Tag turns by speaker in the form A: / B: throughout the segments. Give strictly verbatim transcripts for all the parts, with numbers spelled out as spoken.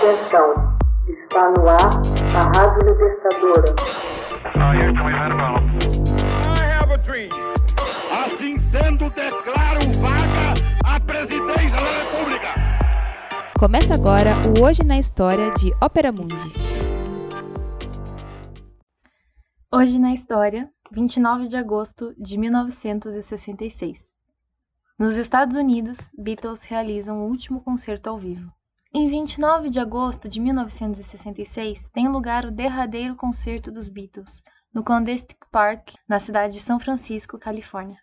A: Atenção, está no ar a Rádio Libertadora.
B: Assim sendo, declaro vaga a presidência da República.
C: Começa agora o Hoje na História de Ópera Mundi.
D: Hoje na História, vinte e nove de agosto de mil novecentos e sessenta e seis. Nos Estados Unidos, Beatles realizam o último concerto ao vivo. Em vinte e nove de agosto de mil novecentos e sessenta e seis, tem lugar o derradeiro concerto dos Beatles, no Candlestick Park, na cidade de São Francisco, Califórnia.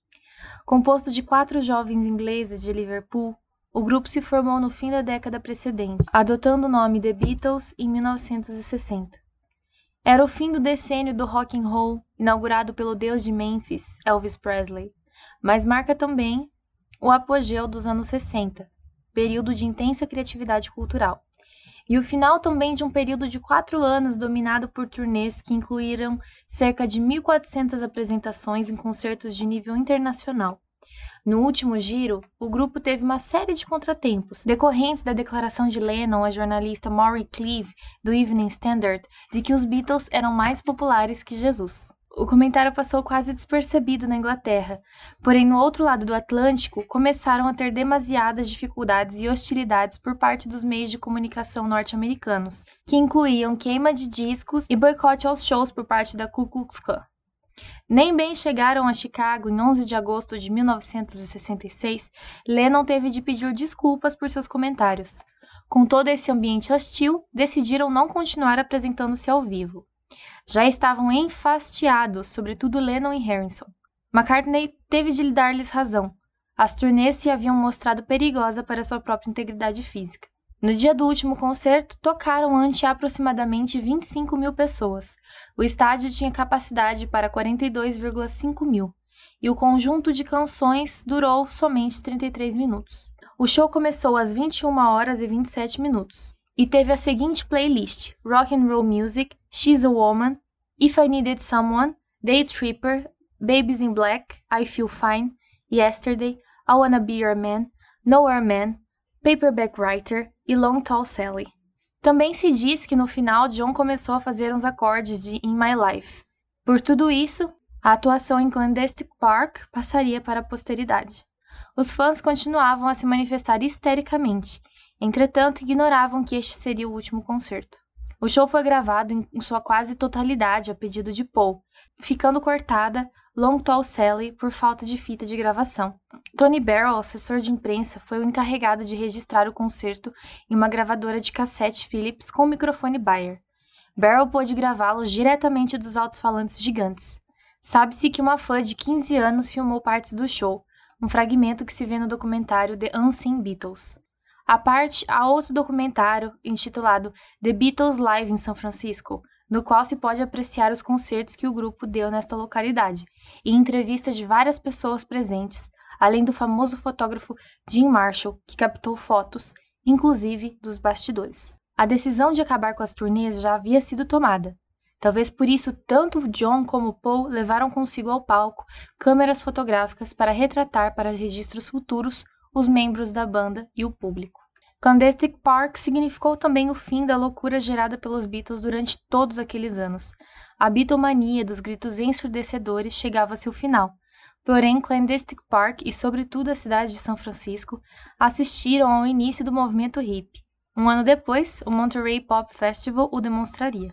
D: Composto de quatro jovens ingleses de Liverpool, o grupo se formou no fim da década precedente, adotando o nome The Beatles em mil novecentos e sessenta. Era o fim do decênio do rock and roll, inaugurado pelo deus de Memphis, Elvis Presley, mas marca também o apogeu dos anos sessenta, período de intensa criatividade cultural, e o final também de um período de quatro anos dominado por turnês que incluíram cerca de mil e quatrocentas apresentações em concertos de nível internacional. No último giro, o grupo teve uma série de contratempos, decorrentes da declaração de Lennon à jornalista Maureen Cleave, do Evening Standard, de que os Beatles eram mais populares que Jesus. O comentário passou quase despercebido na Inglaterra, porém no outro lado do Atlântico começaram a ter demasiadas dificuldades e hostilidades por parte dos meios de comunicação norte-americanos, que incluíam queima de discos e boicote aos shows por parte da Ku Klux Klan. Nem bem chegaram a Chicago em onze de agosto de mil novecentos e sessenta e seis, Lennon teve de pedir desculpas por seus comentários. Com todo esse ambiente hostil, decidiram não continuar apresentando-se ao vivo. Já estavam enfastiados, sobretudo Lennon e Harrison. McCartney teve de lhe dar-lhes razão. As turnês se haviam mostrado perigosa para sua própria integridade física. No dia do último concerto, tocaram ante aproximadamente vinte e cinco mil pessoas. O estádio tinha capacidade para quarenta e dois vírgula cinco mil, e o conjunto de canções durou somente trinta e três minutos. O show começou às vinte e uma horas e vinte e sete minutos. E teve a seguinte playlist: Rock and Roll Music, She's a Woman, If I Needed Someone, Day Tripper, Babies in Black, I Feel Fine, Yesterday, I Wanna Be Your Man, Nowhere Man, Paperback Writer e Long Tall Sally. Também se diz que no final John começou a fazer uns acordes de In My Life. Por tudo isso, a atuação em Candlestick Park passaria para a posteridade. Os fãs continuavam a se manifestar histericamente. Entretanto, ignoravam que este seria o último concerto. O show foi gravado em sua quase totalidade a pedido de Paul, ficando cortada Long Tall Sally por falta de fita de gravação. Tony Barrow, assessor de imprensa, foi o encarregado de registrar o concerto em uma gravadora de cassete Philips com microfone Beyer. Barrow pôde gravá-los diretamente dos alto-falantes gigantes. Sabe-se que uma fã de quinze anos filmou partes do show, um fragmento que se vê no documentário The Unseen Beatles. À parte, há outro documentário intitulado The Beatles Live em São Francisco, no qual se pode apreciar os concertos que o grupo deu nesta localidade, e entrevistas de várias pessoas presentes, além do famoso fotógrafo Jim Marshall, que captou fotos, inclusive dos bastidores. A decisão de acabar com as turnês já havia sido tomada. Talvez por isso tanto John como Paul levaram consigo ao palco câmeras fotográficas para retratar para registros futuros os membros da banda e o público. Candlestick Park significou também o fim da loucura gerada pelos Beatles durante todos aqueles anos. A Beatlemania dos gritos ensurdecedores chegava a seu final. Porém, Candlestick Park e, sobretudo, a cidade de São Francisco assistiram ao início do movimento hippie. Um ano depois, o Monterey Pop Festival o demonstraria.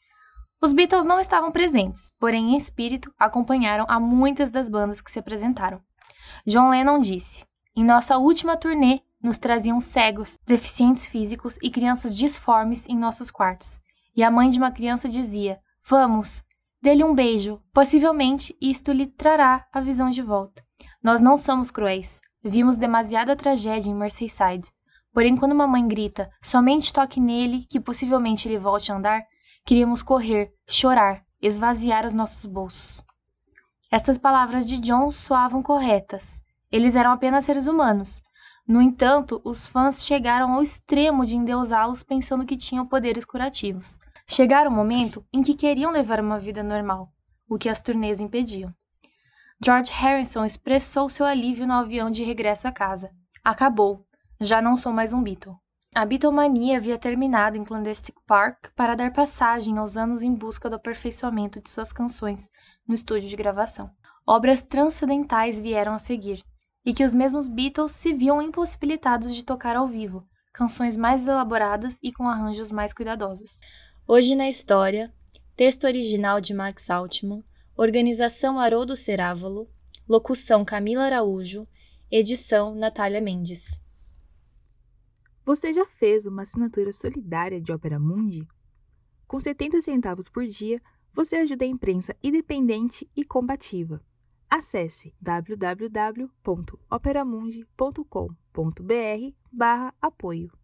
D: Os Beatles não estavam presentes, porém, em espírito, acompanharam a muitas das bandas que se apresentaram. John Lennon disse: "Em nossa última turnê, nos traziam cegos, deficientes físicos e crianças disformes em nossos quartos. E a mãe de uma criança dizia: 'Vamos, dê-lhe um beijo, possivelmente isto lhe trará a visão de volta.' Nós não somos cruéis. Vimos demasiada tragédia em Merseyside. Porém, quando uma mãe grita, somente toque nele, que possivelmente ele volte a andar, queríamos correr, chorar, esvaziar os nossos bolsos." Estas palavras de John soavam corretas. Eles eram apenas seres humanos. No entanto, os fãs chegaram ao extremo de endeusá-los pensando que tinham poderes curativos. Chegara o momento em que queriam levar uma vida normal, o que as turnês impediam. George Harrison expressou seu alívio no avião de regresso a casa. "Acabou. Já não sou mais um Beatle." A Beatlemania havia terminado em Clandestine Park para dar passagem aos anos em busca do aperfeiçoamento de suas canções no estúdio de gravação. Obras transcendentais vieram a seguir, e que os mesmos Beatles se viam impossibilitados de tocar ao vivo, canções mais elaboradas e com arranjos mais cuidadosos. Hoje na História, texto original de Max Altman, organização Haroldo Cerávolo, locução Camila Araújo, edição Natália Mendes.
C: Você já fez uma assinatura solidária de Opera Mundi? Com setenta centavos por dia, você ajuda a imprensa independente e combativa. Acesse w w w ponto operamundi ponto com ponto b r barra apoio.